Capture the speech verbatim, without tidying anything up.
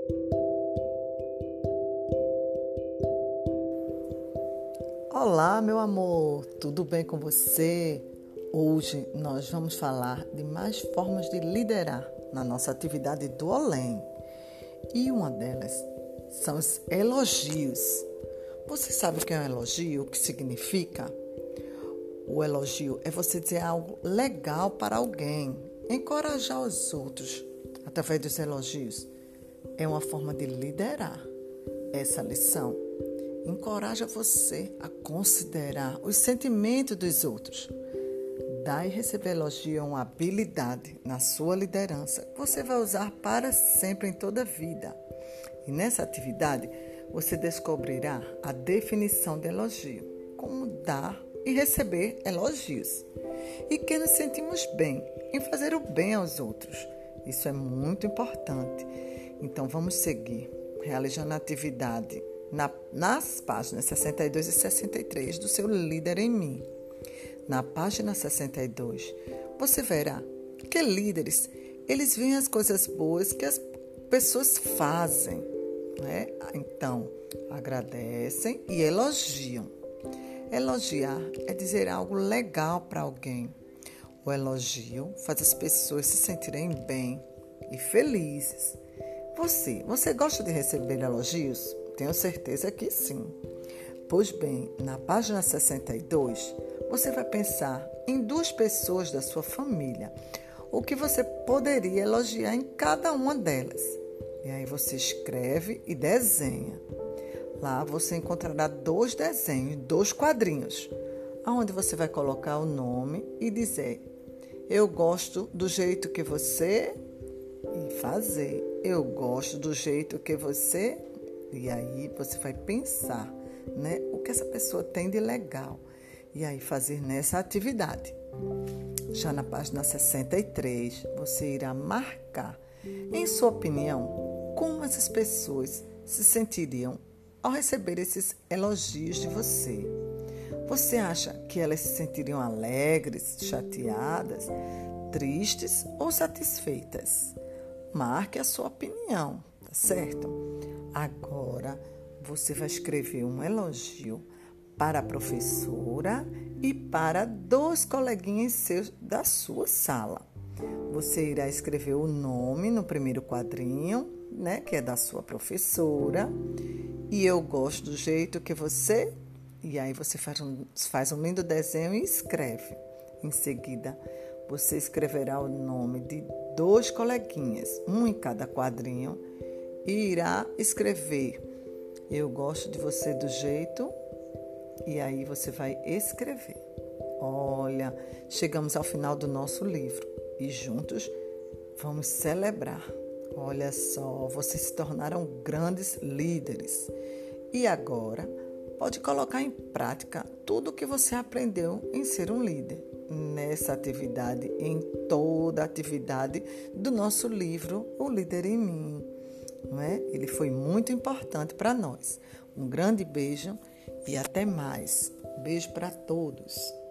Olá, meu amor, tudo bem com você? Hoje nós vamos falar de mais formas de liderar na nossa atividade do Olém. E uma delas são os elogios. Você sabe o que é um elogio? O que significa? O elogio é você dizer algo legal para alguém, encorajar os outros através dos elogios. É uma forma de liderar. Essa lição encoraja você a considerar os sentimentos dos outros. Dar e receber elogio é uma habilidade na sua liderança que você vai usar para sempre em toda a vida. E nessa atividade, você descobrirá a definição de elogio, como dar e receber elogios. E que nos sentimos bem em fazer o bem aos outros. Isso é muito importante. Então, vamos seguir realizando a atividade Na, nas páginas sessenta e dois e sessenta e três do seu Líder em Mim. Na página sessenta e dois, você verá que líderes, eles veem as coisas boas que as pessoas fazem, né? Então, agradecem e elogiam. Elogiar é dizer algo legal para alguém. O elogio faz as pessoas se sentirem bem e felizes. Você, você gosta de receber elogios? Tenho certeza que sim. Pois bem, na página sessenta e dois, você vai pensar em duas pessoas da sua família, o que você poderia elogiar em cada uma delas. E aí você escreve e desenha. Lá você encontrará dois desenhos, dois quadrinhos, onde você vai colocar o nome e dizer: eu gosto do jeito que você... E fazer: eu gosto do jeito que você... E aí você vai pensar, né, o que essa pessoa tem de legal. E aí fazer nessa atividade. Já na página sessenta e três, você irá marcar, em sua opinião, como essas pessoas se sentiriam ao receber esses elogios de você. Você acha que elas se sentiriam alegres, chateadas, tristes ou satisfeitas? Marque a sua opinião, tá certo? Agora, você vai escrever um elogio para a professora e para dois coleguinhas seus da sua sala. Você irá escrever o nome no primeiro quadrinho, né, que é da sua professora. E eu gosto do jeito que você... E aí você faz um, faz um lindo desenho e escreve. Em seguida, você escreverá o nome de dois coleguinhas, um em cada quadrinho, e irá escrever: eu gosto de você do jeito... E aí você vai escrever. Olha, chegamos ao final do nosso livro e juntos vamos celebrar. Olha só, vocês se tornaram grandes líderes. E agora pode colocar em prática tudo o que você aprendeu em ser um líder nessa atividade, em toda a atividade do nosso livro O Líder em Mim. Não é? Ele foi muito importante para nós. Um grande beijo e até mais. Beijo para todos.